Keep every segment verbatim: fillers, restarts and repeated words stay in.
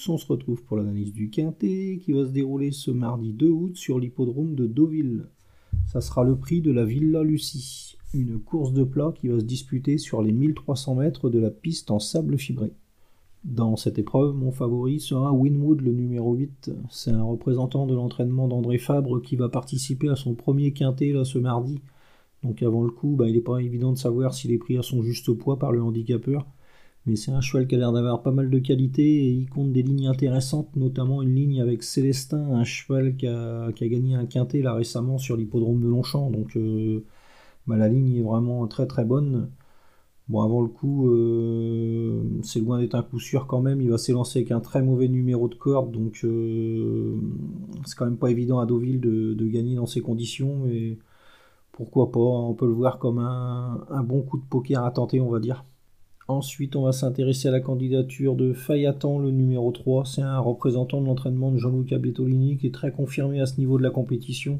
tous, on se retrouve pour l'analyse du Quintet qui va se dérouler ce mardi deux août sur l'hippodrome de Deauville. Ça sera le prix de la Villa Lucie, une course de plat qui va se disputer sur les mille trois cents mètres de la piste en sable fibré. Dans cette épreuve, mon favori sera Winwood, le numéro huit. C'est un représentant de l'entraînement d'André Fabre qui va participer à son premier Quintet là, ce mardi. Donc avant le coup, bah, il n'est pas évident de savoir s'il est pris à son juste poids par le handicapeur. Mais c'est un cheval qui a l'air d'avoir pas mal de qualité et il compte des lignes intéressantes, notamment une ligne avec Célestin, un cheval qui a, qui a gagné un quintet là récemment sur l'hippodrome de Longchamp. Donc euh, bah, la ligne est vraiment très très bonne. Bon, avant le coup, euh, c'est loin d'être un coup sûr quand même. Il va s'élancer avec un très mauvais numéro de corde, donc euh, c'est quand même pas évident à Deauville de, de gagner dans ces conditions. Mais pourquoi pas, on peut le voir comme un, un bon coup de poker à tenter, on va dire. Ensuite, on va s'intéresser à la candidature de Fayatan, le numéro trois. C'est un représentant de l'entraînement de Gianluca Bettolini qui est très confirmé à ce niveau de la compétition.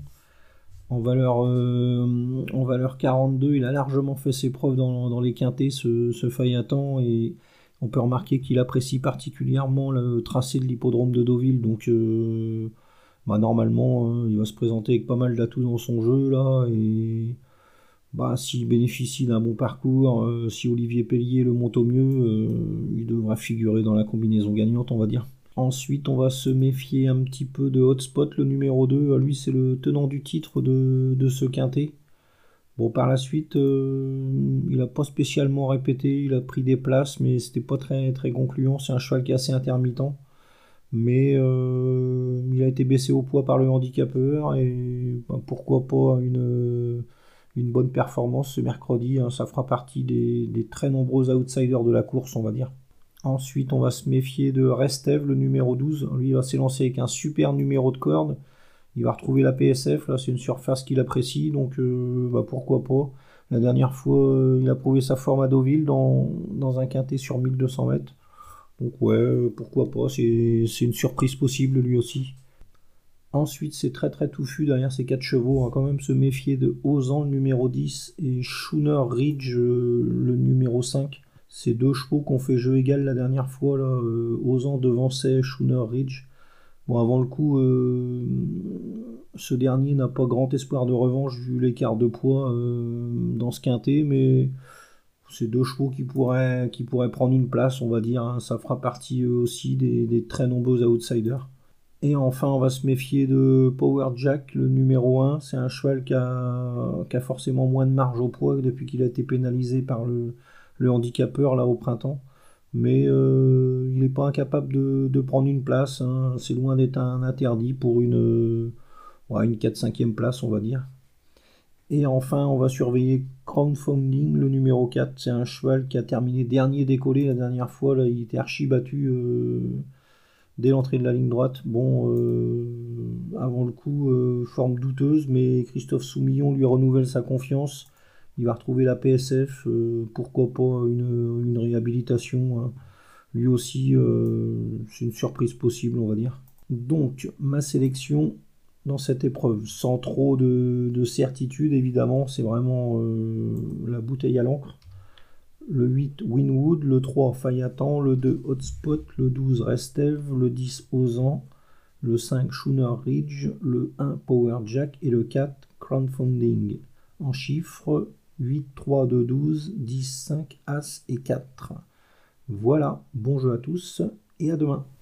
En valeur, euh, en valeur quarante-deux, il a largement fait ses preuves dans, dans les quintets, ce, ce Fayatan, et on peut remarquer qu'il apprécie particulièrement le tracé de l'hippodrome de Deauville. Donc, euh, bah, normalement, hein, il va se présenter avec pas mal d'atouts dans son jeu, là, et... Bah, s'il bénéficie d'un bon parcours, euh, si Olivier Pellier le monte au mieux, euh, il devra figurer dans la combinaison gagnante, on va dire. Ensuite, on va se méfier un petit peu de Hotspot, le numéro deux. Lui, c'est le tenant du titre de, de ce quintet. Bon, par la suite, euh, il n'a pas spécialement répété, il a pris des places, mais c'était pas très, très concluant. C'est un cheval qui est assez intermittent. Mais euh, il a été baissé au poids par le handicapeur et bah, pourquoi pas une, une bonne performance ce mercredi, hein. Ça fera partie des, des très nombreux outsiders de la course, on va dire. Ensuite, on va se méfier de Restev, le numéro douze. Lui, il va s'élancer avec un super numéro de corde. Il va retrouver la P S F, là, c'est une surface qu'il apprécie, donc euh, bah, pourquoi pas. La dernière fois, euh, il a prouvé sa forme à Deauville dans, dans un quintet sur mille deux cents mètres. Donc ouais, pourquoi pas, c'est une surprise possible lui aussi. Ensuite, c'est très très touffu derrière ces quatre chevaux. On va quand même se méfier de Ozan, le numéro dix, et Schooner Ridge, euh, le numéro cinq. Ces deux chevaux qui ont fait jeu égal la dernière fois. Là, euh, Ozan devançait Schooner Ridge. Bon, avant le coup, euh, ce dernier n'a pas grand espoir de revanche vu l'écart de poids euh, dans ce quintet, mais... C'est deux chevaux qui pourraient, qui pourraient prendre une place, on va dire, hein. Ça fera partie eux aussi des, des très nombreux outsiders. Et enfin, on va se méfier de Power Jack, le numéro un. C'est un cheval qui a, qui a forcément moins de marge au poids depuis qu'il a été pénalisé par le, le handicapeur là au printemps. Mais euh, il n'est pas incapable de, de prendre une place, hein. C'est loin d'être un interdit pour une, ouais, une quatre cinquième place, on va dire. Et enfin, on va surveiller Crowdfunding, le numéro quatre. C'est un cheval qui a terminé dernier décollé la dernière fois. Là, il était archi battu euh, dès l'entrée de la ligne droite. Bon, euh, avant le coup, euh, forme douteuse, mais Christophe Soumillon lui renouvelle sa confiance. Il va retrouver la P S F. Euh, pourquoi pas une, une réhabilitation, hein. Lui aussi, euh, c'est une surprise possible, on va dire. Donc, ma sélection dans cette épreuve, sans trop de, de certitude évidemment, c'est vraiment euh, la bouteille à l'encre. Le huit Winwood, le trois Fayatan, le deux Hotspot, le douze Restev, le dix Ozan, le cinq Schooner Ridge, le un Power Jack et le quatre Crowdfunding. En chiffres, huit, trois, deux, douze, dix, cinq, As et quatre. Voilà, bon jeu à tous et à demain.